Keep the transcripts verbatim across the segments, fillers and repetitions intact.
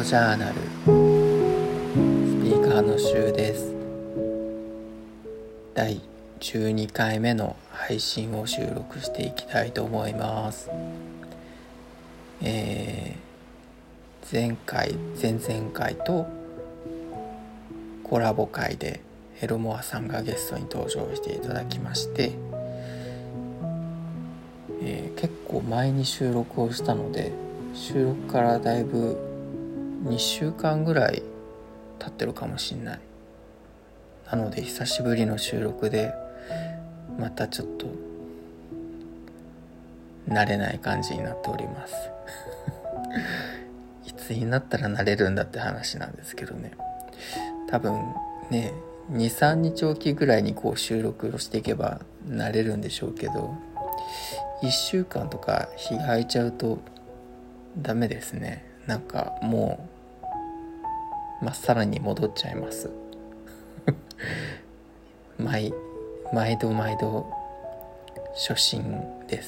ジャーナルスピーカーのしゅうです。だいじゅうにかいめの配信を収録していきたいと思います。えー、前回前々回とコラボ会でエロモアさんがゲストに登場していただきまして、えー、結構前に収録をしたので、収録からだいぶにしゅうかんぐらい経ってるかもしれない。なので久しぶりの収録でまたちょっと慣れない感じになっておりますいつになったら慣れるんだって話なんですけどね、多分ね にさんにちおきぐらいにこう収録をしていけば慣れるんでしょうけど、いっしゅうかんとか日が空いちゃうとダメですね。なんかもうまっさらに戻っちゃいます毎毎度毎度初心です。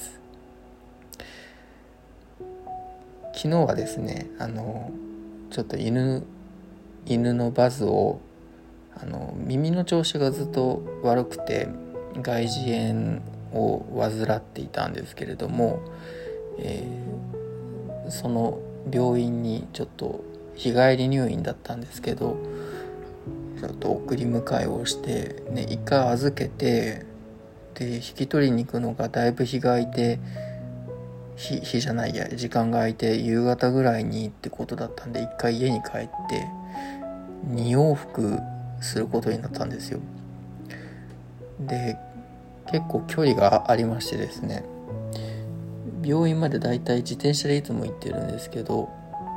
昨日はですね、あのちょっと犬犬のバズをあの耳の調子がずっと悪くて外耳炎を患っていたんですけれども、えー、その病院にちょっと日帰り入院だったんですけど、ちょっと送り迎えをしてね、一回預けて、で引き取りに行くのがだいぶ日が空いて、日日じゃないや時間が空いて夕方ぐらいにってことだったんで、一回家に帰ってに往復することになったんですよ。で結構距離がありましてですね、病院までだいたい自転車でいつも行ってるんですけど、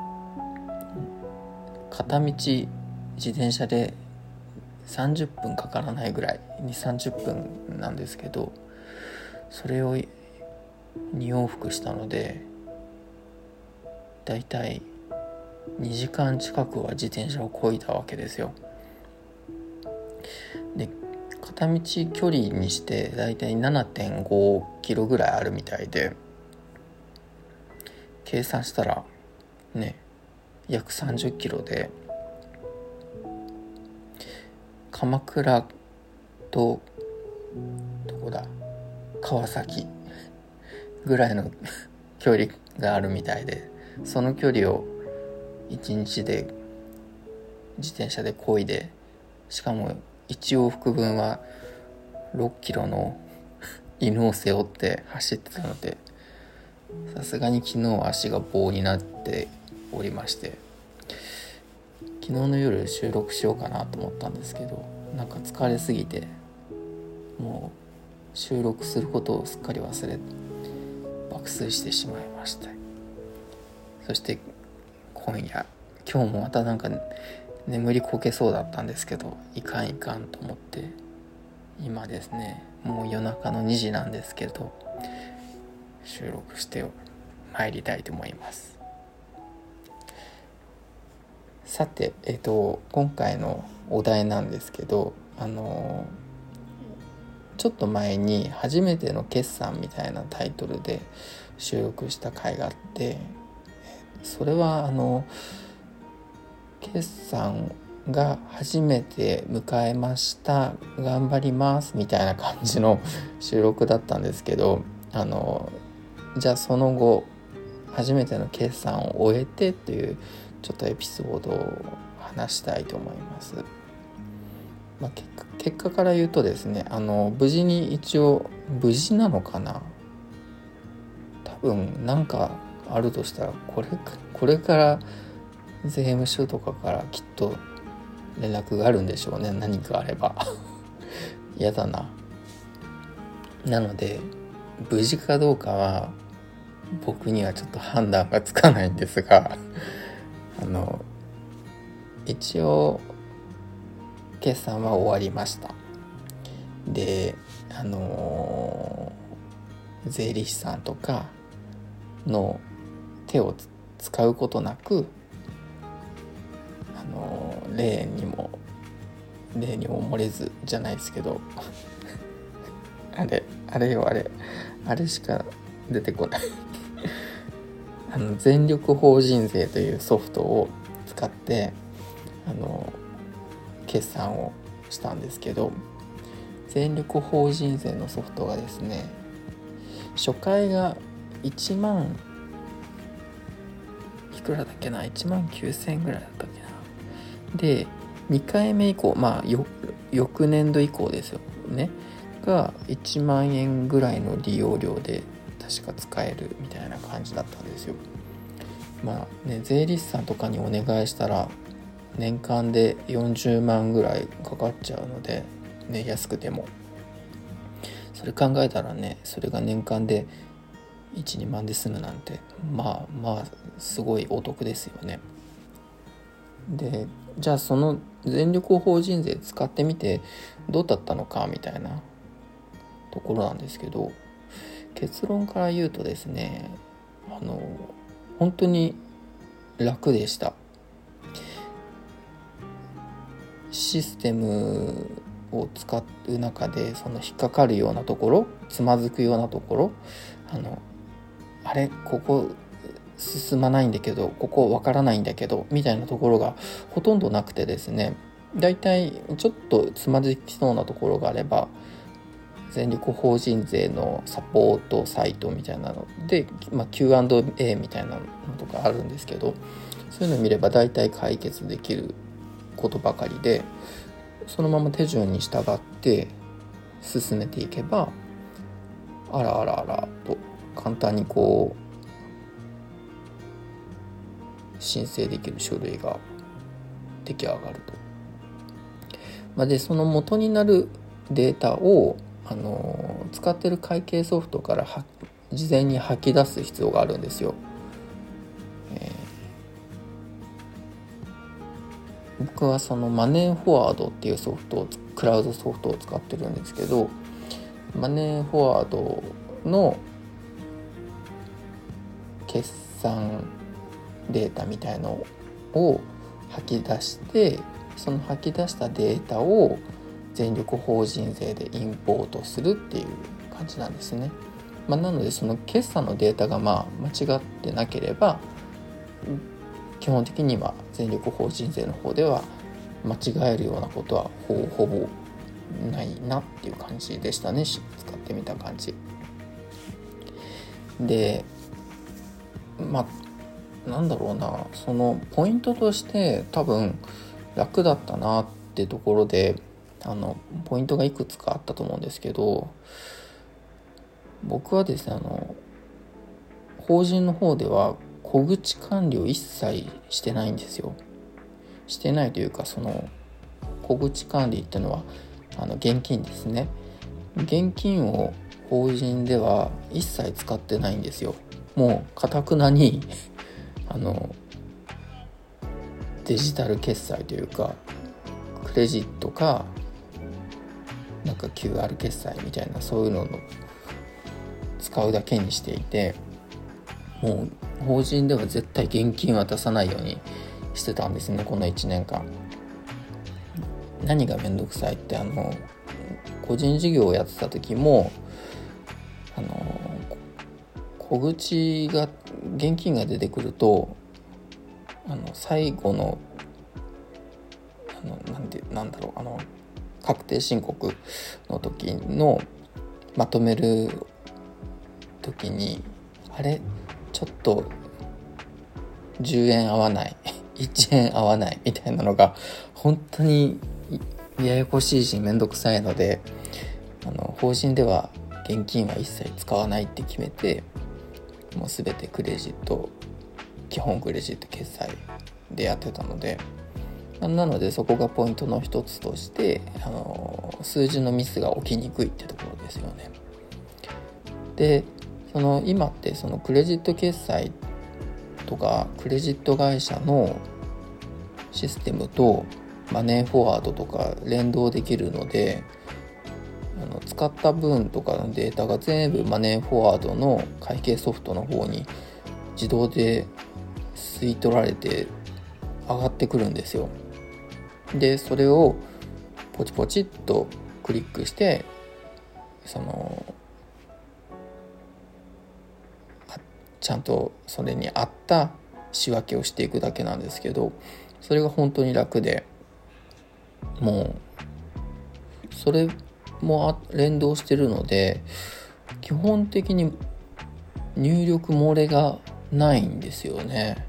片道自転車でさんじゅっぷんかからないぐらい にじゅうさんじゅっぷんなんですけど、それをに往復したのでだいたいにじかん近くは自転車を漕いだわけですよ。で片道距離にしてだいたい ななてんごキロぐらいあるみたいで、計算したらね約さんじゅっキロで、鎌倉とどこだ川崎ぐらいの距離があるみたいで、その距離をいちにちで自転車で漕いで、しかもいち往復分はろっキロの犬を背負って走ってたので、さすがに昨日は足が棒になっておりまして、昨日の夜収録しようかなと思ったんですけど、なんか疲れすぎてもう収録することをすっかり忘れ爆睡してしまいました。そして今夜今日もまたなんか眠りこけそうだったんですけど、いかんいかんと思って今ですね、もう夜中のにじなんですけど収録してまいりたいと思います。さて、えっと今回のお題なんですけど、あのちょっと前に初めての決算みたいなタイトルで収録した回があって、それはあの決算が初めて迎えました、頑張りますみたいな感じの収録だったんですけど、あのじゃあその後初めての決算を終えてというちょっとエピソードを話したいと思います。まあ、結果、結果から言うとですね、あの無事に一応無事なのかな、多分なんかあるとしたらこれこれから税務署とかからきっと連絡があるんでしょうね、何かあれば嫌だな。なので無事かどうかは僕にはちょっと判断がつかないんですがあの一応決算は終わりました。であのー、税理士さんとかの手を使うことなく、あのー、例にも例にも漏れずじゃないですけどあれあれよあれあれしか出てこないあの全力法人税というソフトを使使ってあの決算をしたんですけど、全力法人税のソフトがですね、初回がいちまんいくらだっけな、いちまんきゅうせんえんぐらいだったっけな。でにかいめ以降、まあよ翌年度以降ですよねがいちまんえんぐらいの利用料で確か使えるみたいな感じだったんですよ。まあね、税理士さんとかにお願いしたら年間でよんじゅうまんぐらいかかっちゃうので、ね、安くてもそれ考えたらね、それが年間でいち、にまんで済むなんて、まあまあすごいお得ですよね。で、じゃあその全力法人税使ってみてどうだったのかみたいなところなんですけど、結論から言うとですね、あの本当に楽でした。システムを使う中でその引っかかるようなところ、つまずくようなところ、あのあれここ進まないんだけど、ここわからないんだけどみたいなところがほとんどなくてですね、だいたいちょっとつまずきそうなところがあれば全力法人税のサポートサイトみたいなので、まあ、キューアンドエー みたいなのとかあるんですけど、そういうのを見ればだいたい解決できることばかりで、そのまま手順に従って進めていけば、あらあらあらと簡単にこう申請できる書類が出来上がると。まあ、でその元になるデータをあの使ってる会計ソフトからは事前に吐き出す必要があるんですよ。えー、僕はそのマネーフォワードっていうソフトをクラウドソフトを使ってるんですけど、マネーフォワードの決算データみたいのを吐き出して、その吐き出したデータを全力法人税でインポートするっていう感じなんですね。まあ、なのでその決算のデータがまあ間違ってなければ基本的には全力法人税の方では間違えるようなことはほぼほぼないなっていう感じでしたね、使ってみた感じで。まあなんだろうな、そのポイントとして多分楽だったなってところで、あのポイントがいくつかあったと思うんですけど、僕はですね、あの法人の方では小口管理を一切してないんですよ。してないというか、その小口管理っていうのはあの現金ですね。現金を法人では一切使ってないんですよ。もう堅くなにあのデジタル決済というかクレジットかなんか キューアール 決済みたいな、そういうのを使うだけにしていて、もう法人では絶対現金は出さないようにしてたんですね、このいちねんかん。何がめんどくさいって、あの個人事業をやってた時もあの小口が現金が出てくると、あの最後のあのなんてなんだろうあの確定申告の時のまとめる時に、あれちょっとじゅうえん合わないいちえん合わないみたいなのが本当にややこしいしめんどくさいので、あの法人では現金は一切使わないって決めて、もう全てクレジット、基本クレジット決済でやってたので、なのでそこがポイントの一つとして、あの数字のミスが起きにくいってところですよね。で、その今ってそのクレジット決済とかクレジット会社のシステムとマネーフォワードとか連動できるので、あの使った分とかのデータが全部マネーフォワードの会計ソフトの方に自動で吸い取られて上がってくるんですよ。でそれをポチポチっとクリックして、そのちゃんとそれに合った仕分けをしていくだけなんですけど、 それが本当に楽で、もうそれも連動してるので基本的に入力漏れがないんですよね。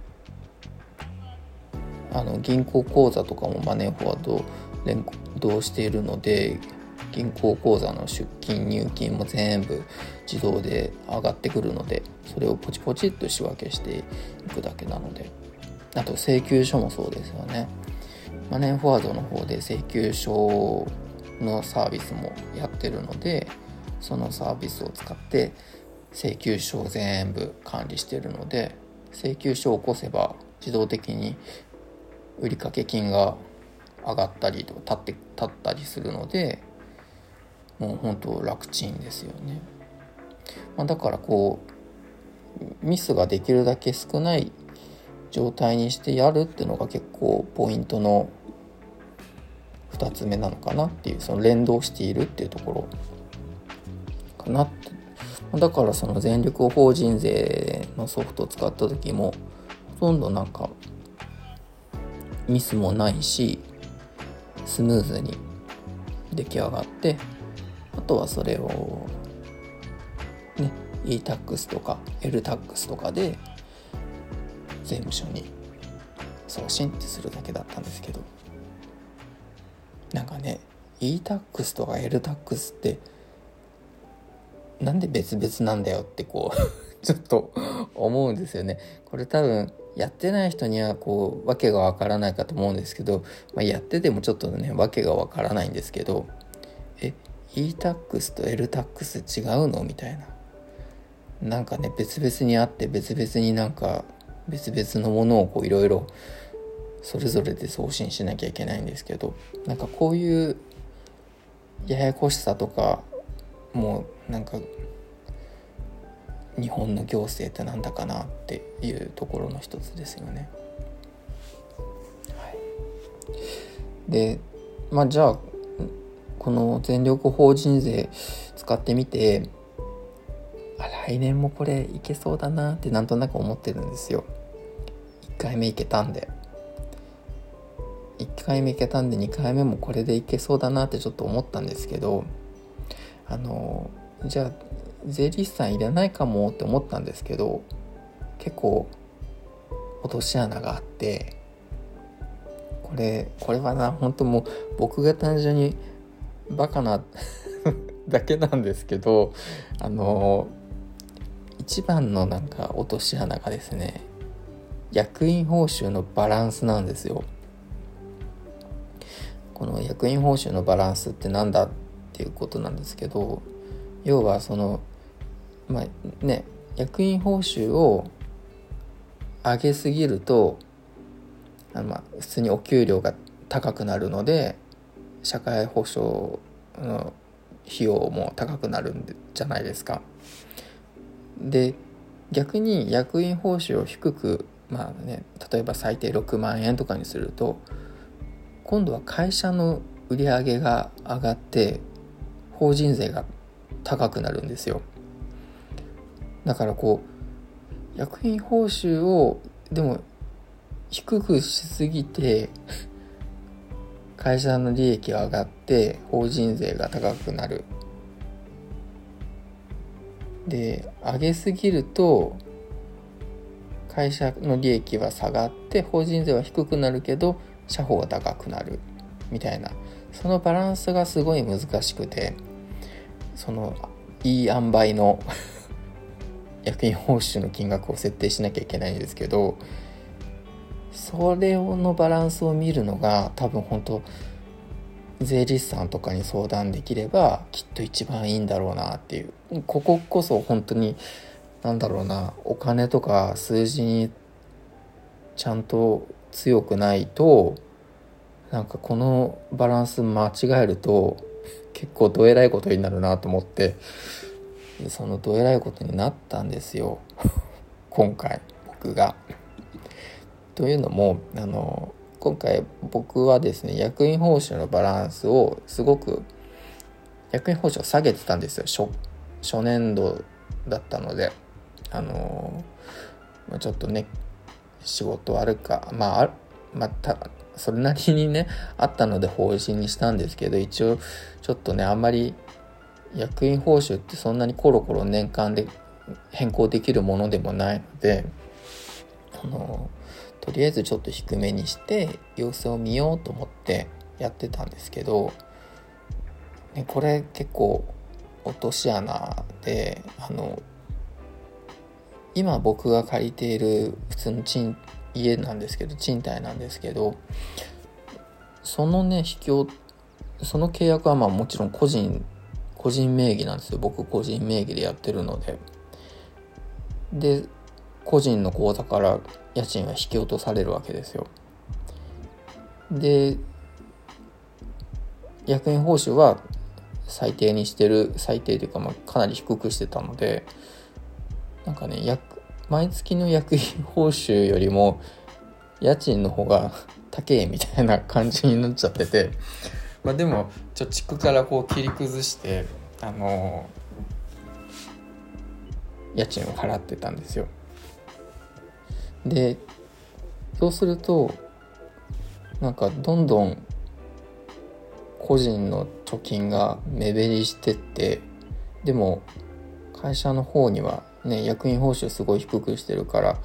あの銀行口座とかもマネーフォワード連動しているので、銀行口座の出金入金も全部自動で上がってくるので、それをポチポチっと仕分けしていくだけなので。あと請求書もそうですよね。マネーフォワードの方で請求書のサービスもやってるので、そのサービスを使って請求書を全部管理しているので、請求書を起こせば自動的に売掛金が上がったりとか立って立ったりするので、もう本当楽ちんですよね。まあ、だからこうミスができるだけ少ない状態にしてやるっていうのが結構ポイントのふたつめなのかなっていう、その連動しているっていうところかなって。だからその全力法人税のソフトを使った時もほとんどなんかミスもないしスムーズに出来上がって、あとはそれをね イータックス とか エルタックス とかで税務署に送信ってするだけだったんですけど、なんかね イータックス とか エルタックス ってなんで別々なんだよってこうちょっと思うんですよね。これ多分やってない人にはこう訳がわからないかと思うんですけど、まあ、やっててもちょっとね訳がわからないんですけど、え イータックス と エルタックス 違うのみたいな、なんかね別々にあって別々になんか別々のものをこういろいろそれぞれで送信しなきゃいけないんですけど、なんかこういうややこしさとかもうなんか日本の行政ってなんだかなっていうところの一つですよね。はい、でまあじゃあこの全力法人税使ってみて、あ来年もこれいけそうだなってなんとなく思ってるんですよ。いっかいめいけたんでいっかいめいけたんでにかいめもこれでいけそうだなってちょっと思ったんですけど、あのじゃあ税理士さんいらないかもって思ったんですけど、結構落とし穴があって、これこれはな本当もう僕が単純にバカなだけなんですけど、あの一番のなんか落とし穴がですね、役員報酬のバランスなんですよ。この役員報酬のバランスってなんだっていうことなんですけど、要はそのまあね役員報酬を上げすぎるとあのまあ普通にお給料が高くなるので社会保障の費用も高くなるんじゃないですか。で逆に役員報酬を低くまあね例えば最低ろくまんえんとかにすると、今度は会社の売り上げが上がって法人税が高くなるんですよ。だからこう役員報酬をでも低くしすぎて会社の利益が上がって法人税が高くなる。で上げすぎると会社の利益は下がって法人税は低くなるけど社保が高くなるみたいな、そのバランスがすごい難しくて、そのいい塩梅の役員報酬の金額を設定しなきゃいけないんですけど、それのバランスを見るのが多分本当税理士さんとかに相談できればきっと一番いいんだろうなっていう、こここそ本当になんだろうな、お金とか数字にちゃんと強くないと、なんかこのバランス間違えると結構どえらいことになるなと思って、そのどえらいことになったんですよ今回僕が。というのもあの今回僕はですね役員報酬のバランスをすごく役員報酬を下げてたんですよ。 初, 初年度だったので、あのちょっとね仕事あるかまあまたそれなりにねあったので法人にしたんですけど、一応ちょっとねあんまり役員報酬ってそんなにコロコロ年間で変更できるものでもないので、あのとりあえずちょっと低めにして様子を見ようと思ってやってたんですけど、ね、これ結構落とし穴で、あの今僕が借りている普通の賃家なんですけど、賃貸なんですけど、そのね引きをその契約はまあもちろん個人個人名義なんですよ。僕個人名義でやってるので、で個人の口座から家賃は引き落とされるわけですよ。で役員報酬は最低にしてる、最低というかまあかなり低くしてたので、なんかね毎月の役員報酬よりも家賃の方が高えみたいな感じになっちゃってて、まあでも貯蓄からこう切り崩してあのー、家賃を払ってたんですよ。でそうするとなんかどんどん個人の貯金が目減りしてって、でも会社の方にはね役員報酬すごい低くしてるから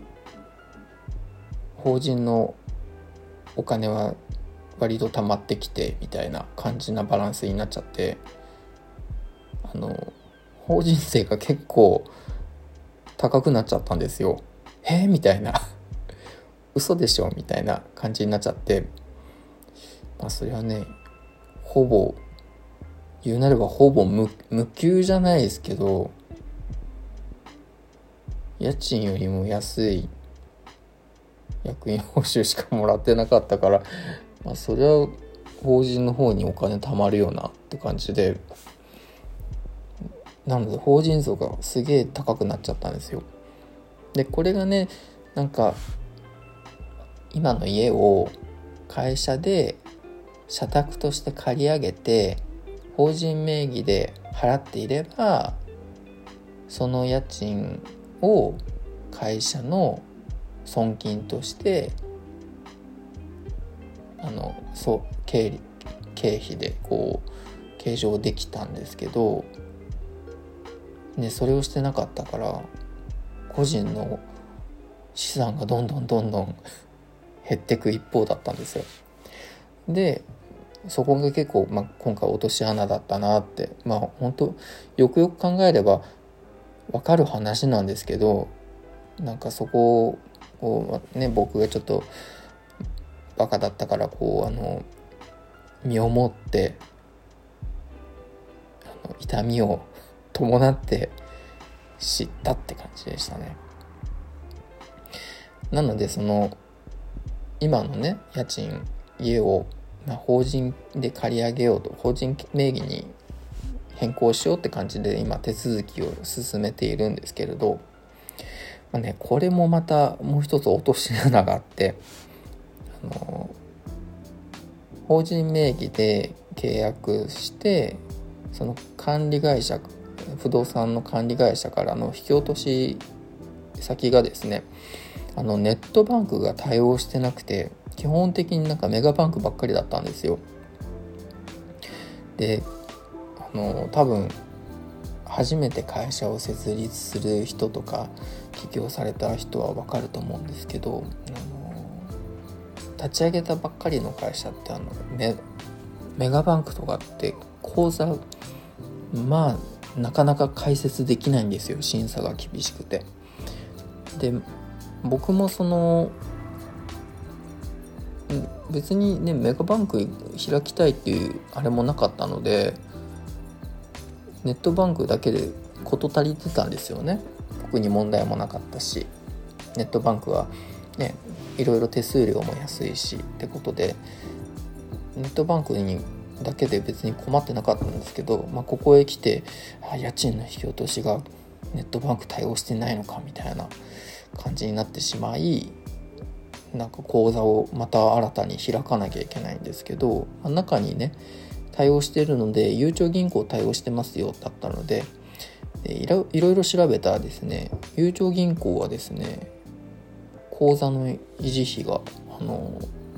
法人のお金は割と溜まってきてみたいな感じなバランスになっちゃって、あの法人税が結構高くなっちゃったんですよ。えー、みたいな嘘でしょみたいな感じになっちゃって、まあそれはねほぼ言うなればほぼ 無, 無給じゃないですけど、家賃よりも安い役員報酬しかもらってなかったから、まあそれは法人の方にお金貯まるよなって感じで、なので法人税がすげえ高くなっちゃったんですよ。でこれがねなんか今の家を会社で社宅として借り上げて法人名義で払っていれば、その家賃を会社の損金としてあのそう経理経費でこう計上できたんですけど、ね、それをしてなかったから個人の資産がどんどんどんどん減っていく一方だったんですよ。でそこが結構、まあ、今回落とし穴だったなって、まあ本当よくよく考えれば分かる話なんですけど、なんかそこをね僕がちょっとバカだったからこうあの身をもってあの痛みを伴って知ったって感じでしたね。なのでその今のね家賃家を、まあ、法人で借り上げようと法人名義に変更しようって感じで今手続きを進めているんですけれど、まあね、これもまたもう一つ落とし穴があって、あの法人名義で契約してその管理会社不動産の管理会社からの引き落とし先がですね、あのネットバンクが対応してなくて基本的になんかメガバンクばっかりだったんですよ。であの多分初めて会社を設立する人とか起業された人は分かると思うんですけど、あの立ち上げたばっかりの会社ってあの メ, メガバンクとかって口座まあなかなか開設できないんですよ。審査が厳しくて。で僕もその別にねメガバンク開きたいっていうあれもなかったのでネットバンクだけで事足りてたんですよね。特に問題もなかったし、ネットバンクはねいろいろ手数料も安いしってことでネットバンクにだけで別に困ってなかったんですけど、まあ、ここへ来てあ家賃の引き落としがネットバンク対応してないのかみたいな感じになってしまい、なんか口座をまた新たに開かなきゃいけないんですけど、まあ、中にね対応しているのでゆうちょ銀行対応してますよだったので、でいろいろ調べたらですね、ゆうちょ銀行はですね口座の維持費がああの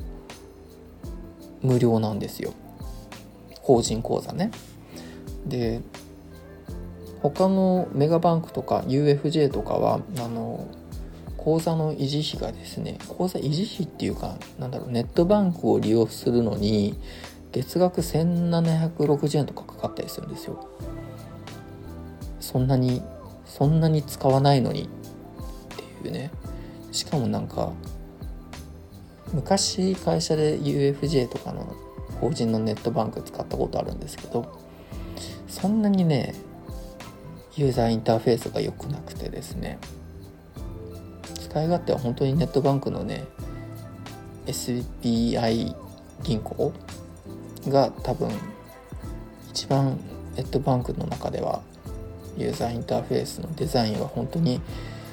無料なんですよ、法人口座ね。で他のメガバンクとか ユーエフジェー とかはあの口座の維持費がですね、口座維持費っていうかなんだろう、ネットバンクを利用するのに月額せんななひゃくろくじゅうえんとかかかったりするんですよ。そんなにそんなに使わないのにっていうね。しかもなんか昔会社で ユーエフジェー とかの法人のネットバンク使ったことあるんですけど、そんなにねユーザーインターフェースが良くなくてですね、使い勝手は本当にネットバンクのね エスビーアイ 銀行が多分一番ネットバンクの中ではユーザーインターフェースのデザインは本当に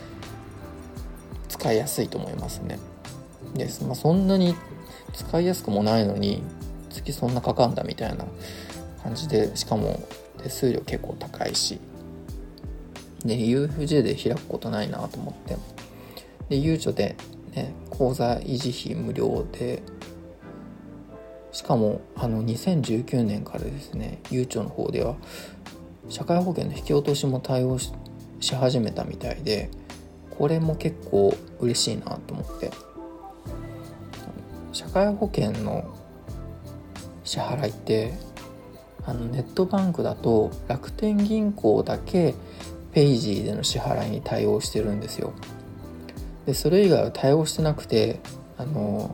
使いやすいと思いますね。です、まあ、そんなに使いやすくもないのに月そんなかかんだみたいな感じで、しかも手数料結構高いしで ユーエフジェー で開くことないなと思って、でゆうちょで、ね、口座維持費無料で、しかもあのにせんじゅうきゅうねんからですね、ゆうちょの方では社会保険の引き落としも対応 し, し始めたみたいで、これも結構嬉しいなと思って、社会保険の支払いってあのネットバンクだと楽天銀行だけペイジーでの支払いに対応してるんですよ。でそれ以外は対応してなくて、あの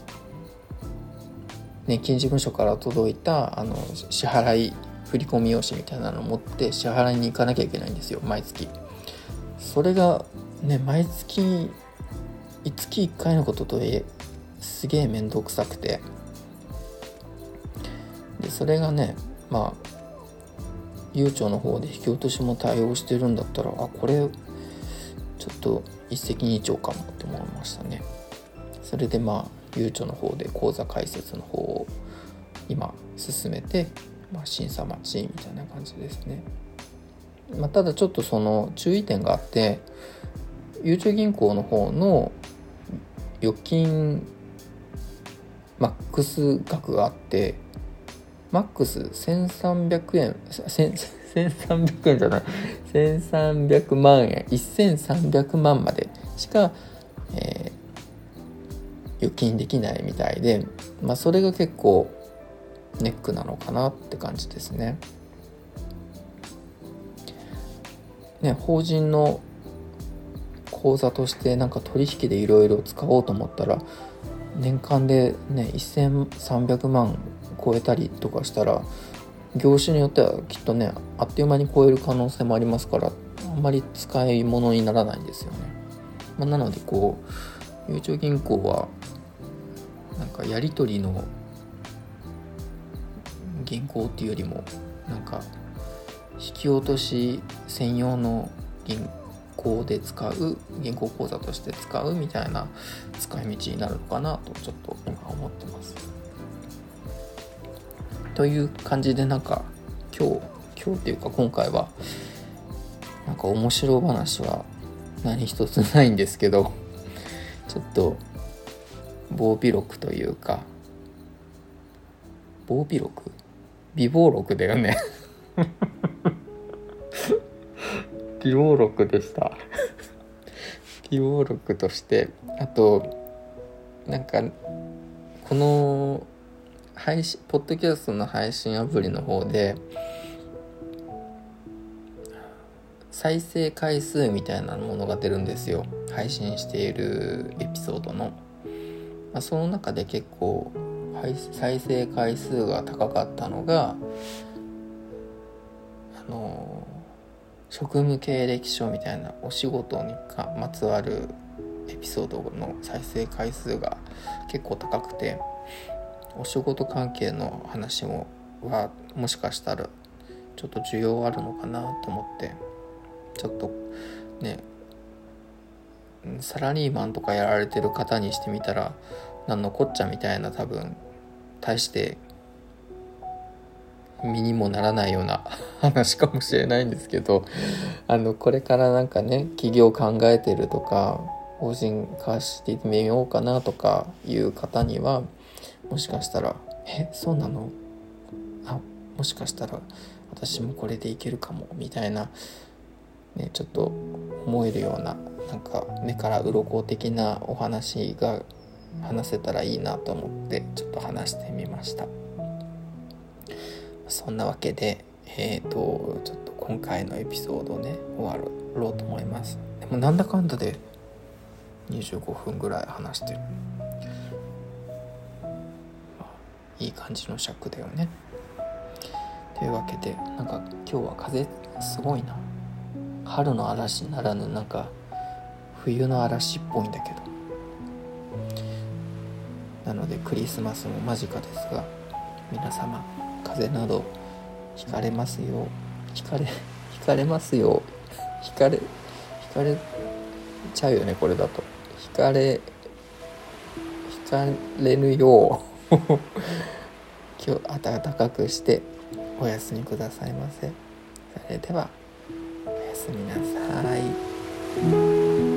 年金事務所から届いたあの支払い振込用紙みたいなのを持って支払いに行かなきゃいけないんですよ、毎月。それがね、毎月月いっかいのこととはいえすげえめんどくさくて、でそれがね、まあゆうちょの方で引き落としも対応してるんだったら、あこれちょっと一石二鳥かもって思いましたね。それでまあゆうちょの方で口座開設の方を今進めて、まあ、審査待ちみたいな感じですね。まあ、ただちょっとその注意点があって、ゆうちょ銀行の方の預金マックス額があって、マックスせんさんびゃくえんせんさんびゃくえんじゃないせんさんびゃくまんえんせんさんびゃくまんまでしか、えー、預金できないみたいで、まあそれが結構ネックなのかなって感じですね。ね、法人の口座としてなんか取引でいろいろ使おうと思ったら年間でねせんさんびゃくまん超えたりとかしたら、業種によってはきっとねあっという間に超える可能性もありますから、あんまり使い物にならないんですよね。まあ、なのでこうゆうちょ銀行はなんかやり取りの銀行っていうよりもなんか引き落とし専用の銀行で使う、銀行口座として使うみたいな使い道になるのかなとちょっと今思ってます。という感じで、なんか今日今日っていうか今回はなんか面白話は何一つないんですけど、ちょっと防備録というか、防備録備忘録だよね備忘録でした備忘録として、あとなんかこの配信ポッドキャストの配信アプリの方で再生回数みたいなものが出るんですよ、配信しているエピソードの。まあ、その中で結構再生回数が高かったのがあの職務経歴書みたいなお仕事にかまつわるエピソードの再生回数が結構高くて、お仕事関係の話もはもしかしたらちょっと需要あるのかなと思って、ちょっとねサラリーマンとかやられてる方にしてみたらなんのこっちゃみたいな、多分大して身にもならないような話かもしれないんですけど、あのこれからなんかね起業考えてるとか法人化してみようかなとかいう方には、もしかしたらえそうなの、あもしかしたら私もこれでいけるかもみたいな、ね、ちょっと思えるような、なんか目から鱗的なお話が話せたらいいなと思ってちょっと話してみました。そんなわけでえーとちょっと今回のエピソードをね終わろうと思います。でもなんだかんだでにじゅうごふんぐらい話してる、まあ、いい感じの尺だよね。というわけで、なんか今日は風すごいな。春の嵐ならぬなんか冬の嵐っぽいんだけど、なのでクリスマスも間近ですが、皆様風邪などひかれますよひかれひかれますよひかれひかれちゃうよね、これだとひかれひかれぬよう今日暖かくしてお休みくださいませ。それではおやすみなさい。